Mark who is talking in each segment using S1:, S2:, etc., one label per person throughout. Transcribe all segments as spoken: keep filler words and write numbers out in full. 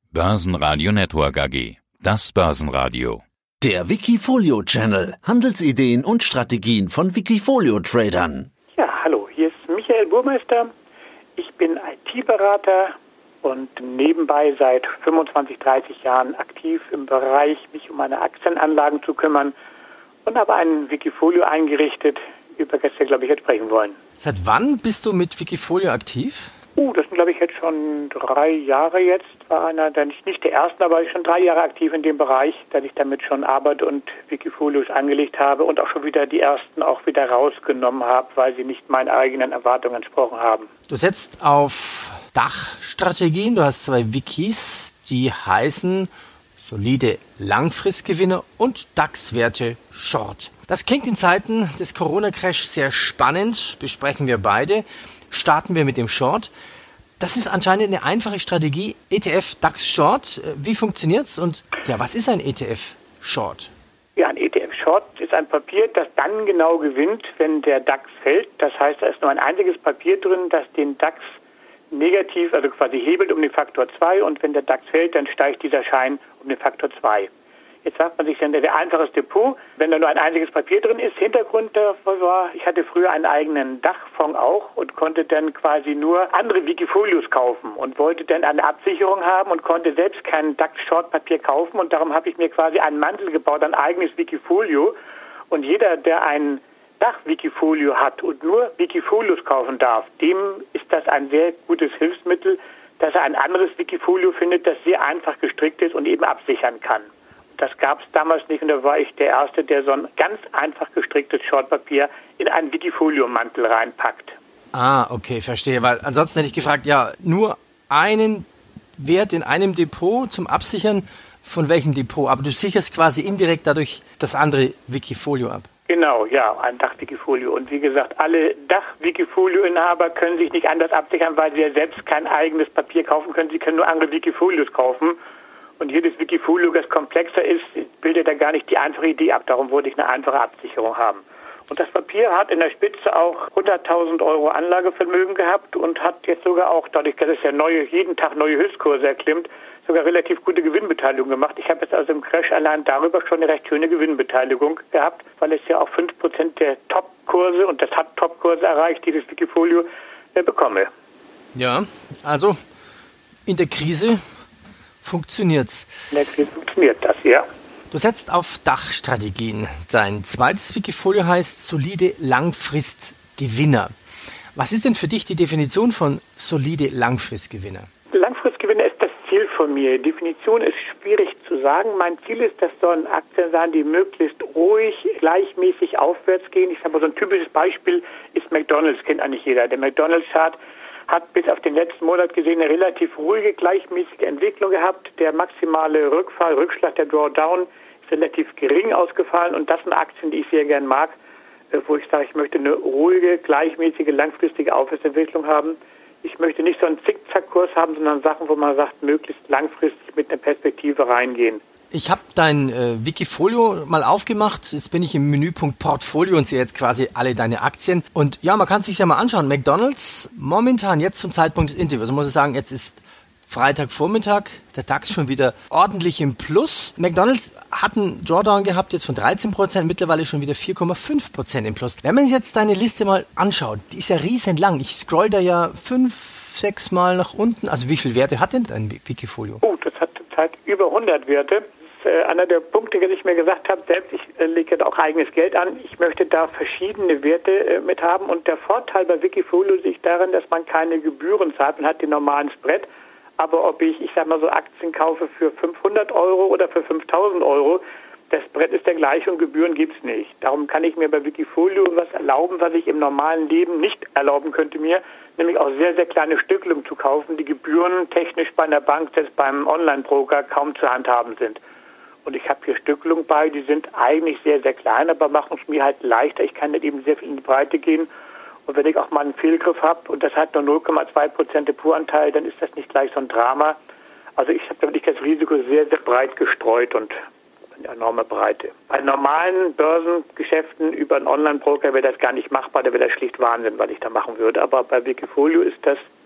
S1: Börsenradio Network A G. Das Börsenradio.
S2: Der Wikifolio Channel. Handelsideen und Strategien von Wikifolio-Tradern.
S3: Ja, hallo, hier ist Michael Burmeister. Ich bin I T-Berater und nebenbei seit fünfundzwanzig, dreißig Jahren aktiv im Bereich, mich um meine Aktienanlagen zu kümmern und habe einen Wikifolio eingerichtet, über das wir, glaube ich, jetzt sprechen wollen.
S4: Seit wann bist du mit Wikifolio aktiv?
S3: Uh, das sind, glaube ich, jetzt schon drei Jahre jetzt. War einer, der nicht, nicht der ersten, aber schon drei Jahre aktiv in dem Bereich, dass ich damit schon arbeite und Wikifolios angelegt habe und auch schon wieder die ersten auch wieder rausgenommen habe, weil sie nicht meinen eigenen Erwartungen entsprochen haben.
S4: Du setzt auf Dachstrategien. Du hast zwei Wikis, die heißen solide Langfristgewinner und DAX-Werte Short. Das klingt in Zeiten des Corona-Crash sehr spannend, besprechen wir beide. Starten wir mit dem Short. Das ist anscheinend eine einfache Strategie, E T F DAX Short. Wie funktioniert's und ja, was ist ein E T F Short?
S3: Ja, ein E T F Short ist ein Papier, das dann genau gewinnt, wenn der DAX fällt. Das heißt, da ist nur ein einziges Papier drin, das den DAX negativ, also quasi hebelt um den Faktor zwei, und wenn der DAX fällt, dann steigt dieser Schein um den Faktor zwei. Jetzt sagt man sich dann, der einfaches Depot, wenn da nur ein einziges Papier drin ist. Hintergrund davon war, ich hatte früher einen eigenen Dachfonds auch und konnte dann quasi nur andere Wikifolios kaufen und wollte dann eine Absicherung haben und konnte selbst kein DAX-Short-Papier kaufen, und darum habe ich mir quasi einen Mantel gebaut, ein eigenes Wikifolio, und jeder, der ein Dach-Wikifolio hat und nur Wikifolios kaufen darf, dem ist das ein sehr gutes Hilfsmittel, dass er ein anderes Wikifolio findet, das sehr einfach gestrickt ist und eben absichern kann. Das gab es damals nicht, und da war ich der Erste, der so ein ganz einfach gestricktes Shortpapier in einen Wikifolio-Mantel reinpackt.
S4: Ah, okay, verstehe. Weil ansonsten hätte ich gefragt, ja, nur einen Wert in einem Depot zum Absichern, von welchem Depot? Aber du sicherst quasi indirekt dadurch das andere Wikifolio ab.
S3: Genau, ja, ein Dach-Wikifolio. Und wie gesagt, alle Dach-Wikifolio-Inhaber können sich nicht anders absichern, weil sie ja selbst kein eigenes Papier kaufen können. Sie können nur andere Wikifolios kaufen. Und jedes Wikifolio, das komplexer ist, bildet da gar nicht die einfache Idee ab. Darum wollte ich eine einfache Absicherung haben. Und das Papier hat in der Spitze auch hunderttausend Euro Anlagevermögen gehabt und hat jetzt sogar auch, dadurch, dass es ja neue, jeden Tag neue Höchstkurse erklimmt, sogar relativ gute Gewinnbeteiligung gemacht. Ich habe jetzt also im Crash allein darüber schon eine recht schöne Gewinnbeteiligung gehabt, weil es ja auch fünf Prozent der Top-Kurse, und das hat Top-Kurse erreicht, dieses Wikifolio äh, bekomme.
S4: Ja, also in der Krise funktioniert's.
S3: In der Krise funktioniert das, ja.
S4: Du setzt auf Dachstrategien. Dein zweites Wikifolio heißt solide Langfristgewinner. Was ist denn für dich die Definition von solide Langfristgewinner?
S3: Langfristgewinner ist das Ziel von mir. Die Definition ist schwierig zu sagen. Mein Ziel ist, das sollen Aktien sein, die möglichst ruhig, gleichmäßig aufwärts gehen. Ich sage mal, so ein typisches Beispiel ist McDonald's, kennt eigentlich jeder. Der McDonald's-Chart hat bis auf den letzten Monat gesehen eine relativ ruhige, gleichmäßige Entwicklung gehabt. Der maximale Rückfall, Rückschlag, der Drawdown ist relativ gering ausgefallen, und das sind Aktien, die ich sehr gern mag, wo ich sage, ich möchte eine ruhige, gleichmäßige, langfristige Aufwärtsentwicklung haben. Ich möchte nicht so einen Zickzackkurs haben, sondern Sachen, wo man sagt, möglichst langfristig mit einer Perspektive reingehen.
S4: Ich habe dein äh, Wikifolio mal aufgemacht. Jetzt bin ich im Menüpunkt Portfolio und sehe jetzt quasi alle deine Aktien. Und ja, man kann es sich ja mal anschauen. McDonald's momentan jetzt zum Zeitpunkt des Interviews, also muss ich sagen, jetzt ist Freitagvormittag, der DAX schon wieder ordentlich im Plus. McDonald's hat einen Drawdown gehabt jetzt von dreizehn Prozent, mittlerweile schon wieder vier Komma fünf Prozent im Plus. Wenn man sich jetzt deine Liste mal anschaut, die ist ja riesen lang. Ich scroll da ja fünf, sechs Mal nach unten. Also wie viele Werte hat denn dein Wikifolio?
S3: Oh, das hat zurzeit über hundert Werte. Das ist äh, einer der Punkte, die ich mir gesagt habe, selbst ich äh, lege da auch eigenes Geld an. Ich möchte da verschiedene Werte äh, mit haben. Und der Vorteil bei Wikifolio liegt darin, dass man keine Gebühren zahlt. Man hat den normalen Spread. Aber ob ich, ich sag mal so, Aktien kaufe für fünfhundert Euro oder für fünftausend Euro, das Spread ist der gleiche und Gebühren gibt's nicht. Darum kann ich mir bei Wikifolio was erlauben, was ich im normalen Leben nicht erlauben könnte mir, nämlich auch sehr, sehr kleine Stückelungen zu kaufen, die Gebühren technisch bei einer Bank, selbst beim Online-Broker kaum zu handhaben sind. Und ich habe hier Stückelungen bei, die sind eigentlich sehr, sehr klein, aber machen es mir halt leichter. Ich kann nicht eben sehr viel in die Breite gehen. Und wenn ich auch mal einen Fehlgriff habe und das hat nur null Komma zwei Prozent Depotanteil, dann ist das nicht gleich so ein Drama. Also ich habe damit das Risiko sehr, sehr breit gestreut und eine enorme Breite. Bei normalen Börsengeschäften über einen Online-Broker wäre das gar nicht machbar, da wäre das schlicht Wahnsinn, was ich da machen würde. Aber bei Wikifolio ist das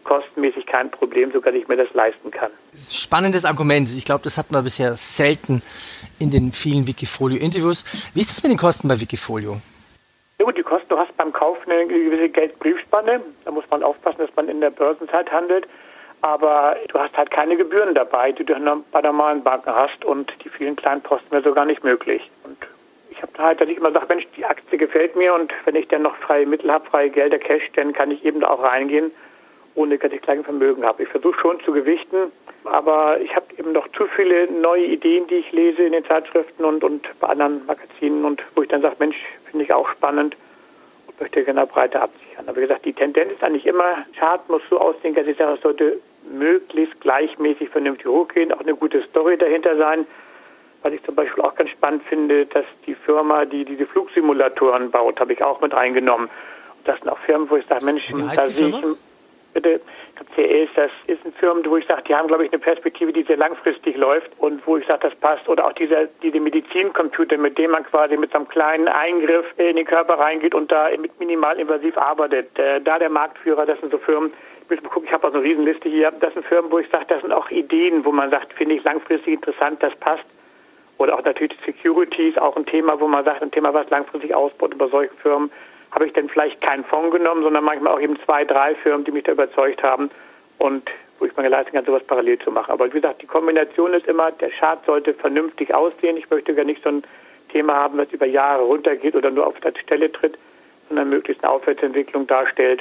S3: kostenmäßig kein Problem, sogar ich mir das leisten kann.
S4: Spannendes Argument. Ich glaube, das hatten wir bisher selten in den vielen Wikifolio-Interviews. Wie ist das mit den Kosten bei Wikifolio?
S3: Ja gut, die Kosten, du hast beim Kauf eine gewisse Geldbriefspanne. Da muss man aufpassen, dass man in der Börsenzeit handelt. Aber du hast halt keine Gebühren dabei, die du bei normalen Banken hast. Und die vielen kleinen Posten wäre sogar nicht möglich. Und ich habe halt, dass ich immer sage, Mensch, die Aktie gefällt mir. Und wenn ich dann noch freie Mittel habe, freie Gelder, Cash, dann kann ich eben da auch reingehen, ohne dass ich kleines Vermögen habe. Ich versuche schon zu gewichten, aber ich habe eben noch zu viele neue Ideen, die ich lese in den Zeitschriften und, und bei anderen Magazinen und wo ich dann sage, Mensch, finde ich auch spannend und möchte gerne breiter absichern. Aber wie gesagt, die Tendenz ist eigentlich immer, Chart muss so aussehen, dass ich sage, es sollte möglichst gleichmäßig vernünftig hochgehen, auch eine gute Story dahinter sein. Was ich zum Beispiel auch ganz spannend finde, dass die Firma, die diese Flugsimulatoren baut, habe ich auch mit reingenommen. Und das sind auch Firmen, wo ich sage, Mensch, da sehe ich... Bitte, C S, das ist eine Firma, wo ich sage, die haben, glaube ich, eine Perspektive, die sehr langfristig läuft und wo ich sage, das passt. Oder auch dieser, diese Medizincomputer, mit dem man quasi mit so einem kleinen Eingriff in den Körper reingeht und da mit minimalinvasiv arbeitet. Äh, da der Marktführer, das sind so Firmen, ich muss mal gucken, ich habe auch so eine Riesenliste hier, das sind Firmen, wo ich sage, das sind auch Ideen, wo man sagt, finde ich langfristig interessant, das passt. Oder auch natürlich Security ist auch ein Thema, wo man sagt, ein Thema, was langfristig ausbaut. Und bei solchen Firmen habe ich dann vielleicht keinen Fonds genommen, sondern manchmal auch eben zwei, drei Firmen, die mich da überzeugt haben und wo ich mir leisten kann, sowas parallel zu machen. Aber wie gesagt, die Kombination ist immer, der Chart sollte vernünftig aussehen. Ich möchte gar nicht so ein Thema haben, das über Jahre runtergeht oder nur auf der Stelle tritt, sondern möglichst eine Aufwärtsentwicklung darstellt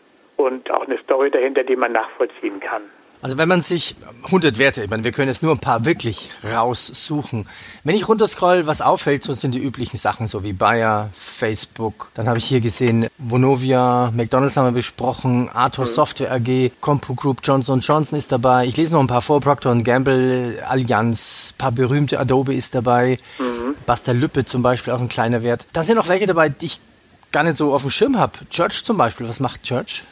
S3: und auch eine Story dahinter, die man nachvollziehen kann.
S4: Also wenn man sich hundert Werte, ich meine, wir können jetzt nur ein paar wirklich raussuchen. Wenn ich runterscroll, was auffällt, so sind die üblichen Sachen, so wie Bayer, Facebook. Dann habe ich hier gesehen, Vonovia, McDonald's haben wir besprochen, Athos mhm. Software A G, Compu Group, Johnson und Johnson ist dabei. Ich lese noch ein paar vor, Procter und Gamble, Allianz, ein paar berühmte, Adobe ist dabei, mhm. Basta Lüppe zum Beispiel, auch ein kleiner Wert. Da sind auch welche dabei, die ich gar nicht so auf dem Schirm habe. Church zum Beispiel, was macht Church?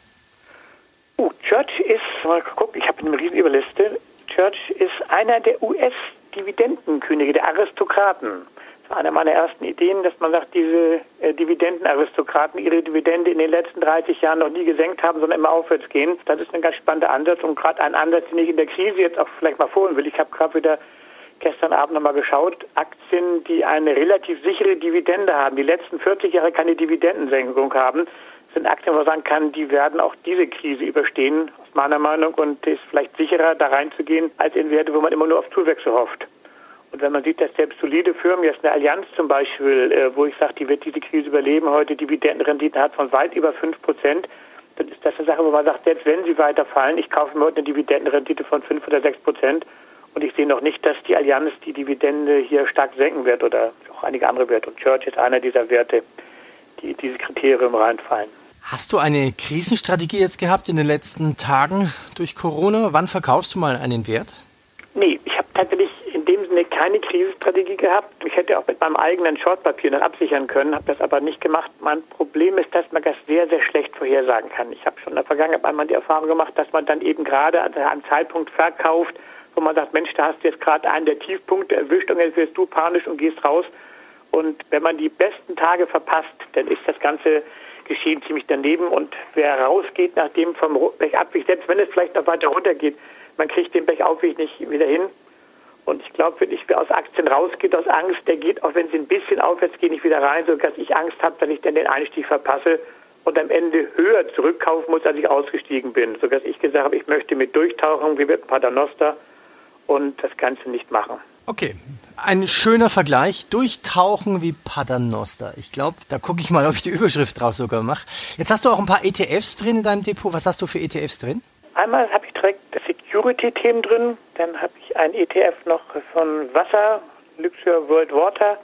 S3: Uh, Church ist, mal gucken, ich habe eine riesen Überliste. Church ist einer der U S-Dividendenkönige, der Aristokraten. Das war eine meiner ersten Ideen, dass man sagt, diese äh, Dividendenaristokraten ihre Dividende in den letzten dreißig Jahren noch nie gesenkt haben, sondern immer aufwärts gehen. Das ist ein ganz spannender Ansatz und gerade ein Ansatz, den ich in der Krise jetzt auch vielleicht mal vorholen will. Ich habe gerade wieder gestern Abend nochmal geschaut, Aktien, die eine relativ sichere Dividende haben, die letzten vierzig Jahre keine Dividendensenkung haben, sind Aktien, wo man sagen kann, die werden auch diese Krise überstehen, aus meiner Meinung, und es ist vielleicht sicherer, da reinzugehen, als in Werte, wo man immer nur auf Zuwächse hofft. Und wenn man sieht, dass selbst solide Firmen, jetzt eine Allianz zum Beispiel, äh, wo ich sage, die wird diese Krise überleben, heute Dividendenrendite hat von weit über fünf Prozent, dann ist das eine Sache, wo man sagt, selbst wenn sie weiterfallen, ich kaufe mir heute eine Dividendenrendite von fünf oder sechs Prozent und ich sehe noch nicht, dass die Allianz die Dividende hier stark senken wird oder auch einige andere Werte. Und Church ist einer dieser Werte, die in diese Kriterien reinfallen.
S4: Hast du eine Krisenstrategie jetzt gehabt in den letzten Tagen durch Corona? Wann verkaufst du mal einen Wert?
S3: Nee, ich habe tatsächlich in dem Sinne keine Krisenstrategie gehabt. Ich hätte auch mit meinem eigenen Shortpapier dann absichern können, habe das aber nicht gemacht. Mein Problem ist, dass man das sehr, sehr schlecht vorhersagen kann. Ich habe schon in der Vergangenheit einmal die Erfahrung gemacht, dass man dann eben gerade an einem Zeitpunkt verkauft, wo man sagt, Mensch, da hast du jetzt gerade einen der Tiefpunkte erwischt und jetzt wirst du panisch und gehst raus. Und wenn man die besten Tage verpasst, dann ist das Ganze Geschehen ziemlich daneben. Und wer rausgeht, nachdem vom Bergabweg, selbst wenn es vielleicht noch weiter runtergeht, man kriegt den Bergaufweg nicht wieder hin. Und ich glaube, wenn ich wer aus Aktien rausgeht, aus Angst, der geht, auch wenn sie ein bisschen aufwärts gehen, nicht wieder rein, sodass ich Angst habe, dass ich dann den Einstieg verpasse und am Ende höher zurückkaufen muss, als ich ausgestiegen bin. Sodass ich gesagt habe, ich möchte mit Durchtauchen wie mit Paternoster und das Ganze nicht machen.
S4: Okay, ein schöner Vergleich. Durchtauchen wie Paternoster. Ich glaube, da gucke ich mal, ob ich die Überschrift drauf sogar mache. Jetzt hast du auch ein paar E T Fs drin in deinem Depot. Was hast du für E T Fs drin?
S3: Einmal habe ich direkt Security-Themen drin. Dann habe ich ein E T F noch von Wasser, Luxor World Water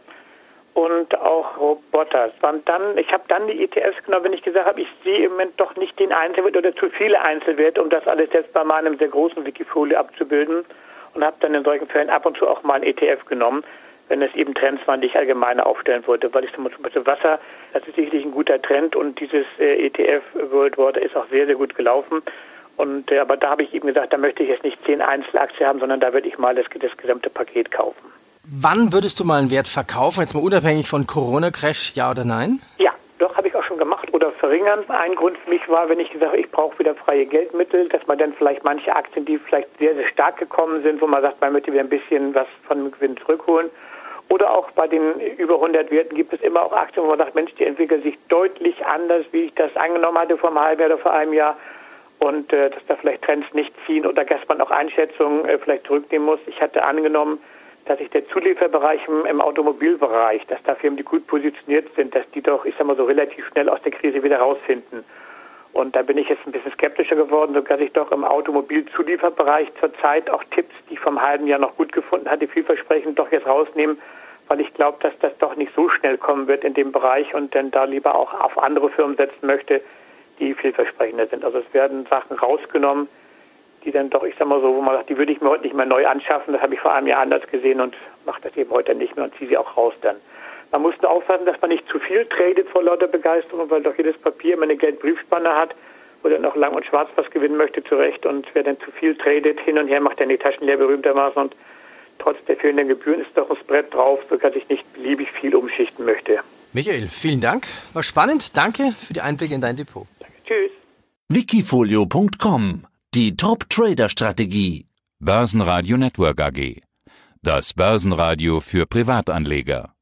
S3: und auch Roboter. Und dann, ich habe dann die E T Fs genommen, wenn ich gesagt habe, ich sehe im Moment doch nicht den Einzelwert oder zu viele Einzelwerte, um das alles jetzt bei meinem sehr großen Wikifolio abzubilden. Und habe dann in solchen Fällen ab und zu auch mal ein E T F genommen, wenn es eben Trends waren, die ich allgemeiner aufstellen wollte. Weil ich zum Beispiel Wasser, das ist sicherlich ein guter Trend und dieses äh, E T F World Water ist auch sehr, sehr gut gelaufen. Und äh, aber da habe ich eben gesagt, da möchte ich jetzt nicht zehn Einzelaktien haben, sondern da würde ich mal das, das gesamte Paket kaufen.
S4: Wann würdest du mal einen Wert verkaufen? Jetzt mal unabhängig von Corona-Crash, ja oder nein?
S3: Ja, doch, habe ich auch schon gemacht. Oder verringern. Ein Grund für mich war, wenn ich gesagt habe, ich brauche wieder freie Geldmittel, dass man dann vielleicht manche Aktien, die vielleicht sehr, sehr stark gekommen sind, wo man sagt, man möchte wieder ein bisschen was von dem Gewinn zurückholen. Oder auch bei den über hundert Werten gibt es immer auch Aktien, wo man sagt, Mensch, die entwickeln sich deutlich anders, wie ich das angenommen hatte vor einem halben Jahr oder vor einem Jahr. Und äh, dass da vielleicht Trends nicht ziehen oder dass man auch Einschätzungen äh, vielleicht zurücknehmen muss. Ich hatte angenommen, dass sich der Zulieferbereich im, im Automobilbereich, dass da Firmen, die gut positioniert sind, dass die doch, ich sag mal so, relativ schnell aus der Krise wieder rausfinden. Und da bin ich jetzt ein bisschen skeptischer geworden, sodass ich doch im Automobilzulieferbereich zurzeit auch Tipps, die ich vom halben Jahr noch gut gefunden hatte, vielversprechend doch jetzt rausnehmen, weil ich glaube, dass das doch nicht so schnell kommen wird in dem Bereich und dann da lieber auch auf andere Firmen setzen möchte, die vielversprechender sind. Also es werden Sachen rausgenommen, die dann doch, ich sag mal so, wo man sagt, die würde ich mir heute nicht mehr neu anschaffen, das habe ich vor einem Jahr anders gesehen und mache das eben heute nicht mehr und ziehe sie auch raus dann. Man muss nur aufpassen, dass man nicht zu viel tradet vor lauter Begeisterung, weil doch jedes Papier immer eine Geldbriefspanne hat, wo dann auch lang und schwarz was gewinnen möchte, zu Recht. Und wer dann zu viel tradet, hin und her macht, dann die Taschen leer berühmtermaßen. Und trotz der fehlenden Gebühren ist doch ein Spread drauf, sodass ich nicht beliebig viel umschichten möchte.
S4: Michael, vielen Dank. War spannend. Danke für die Einblicke in dein Depot.
S3: Danke. Tschüss.
S2: Wikifolio Punkt com. Die Top-Trader-Strategie.
S1: Börsenradio Network A G. Das Börsenradio für Privatanleger.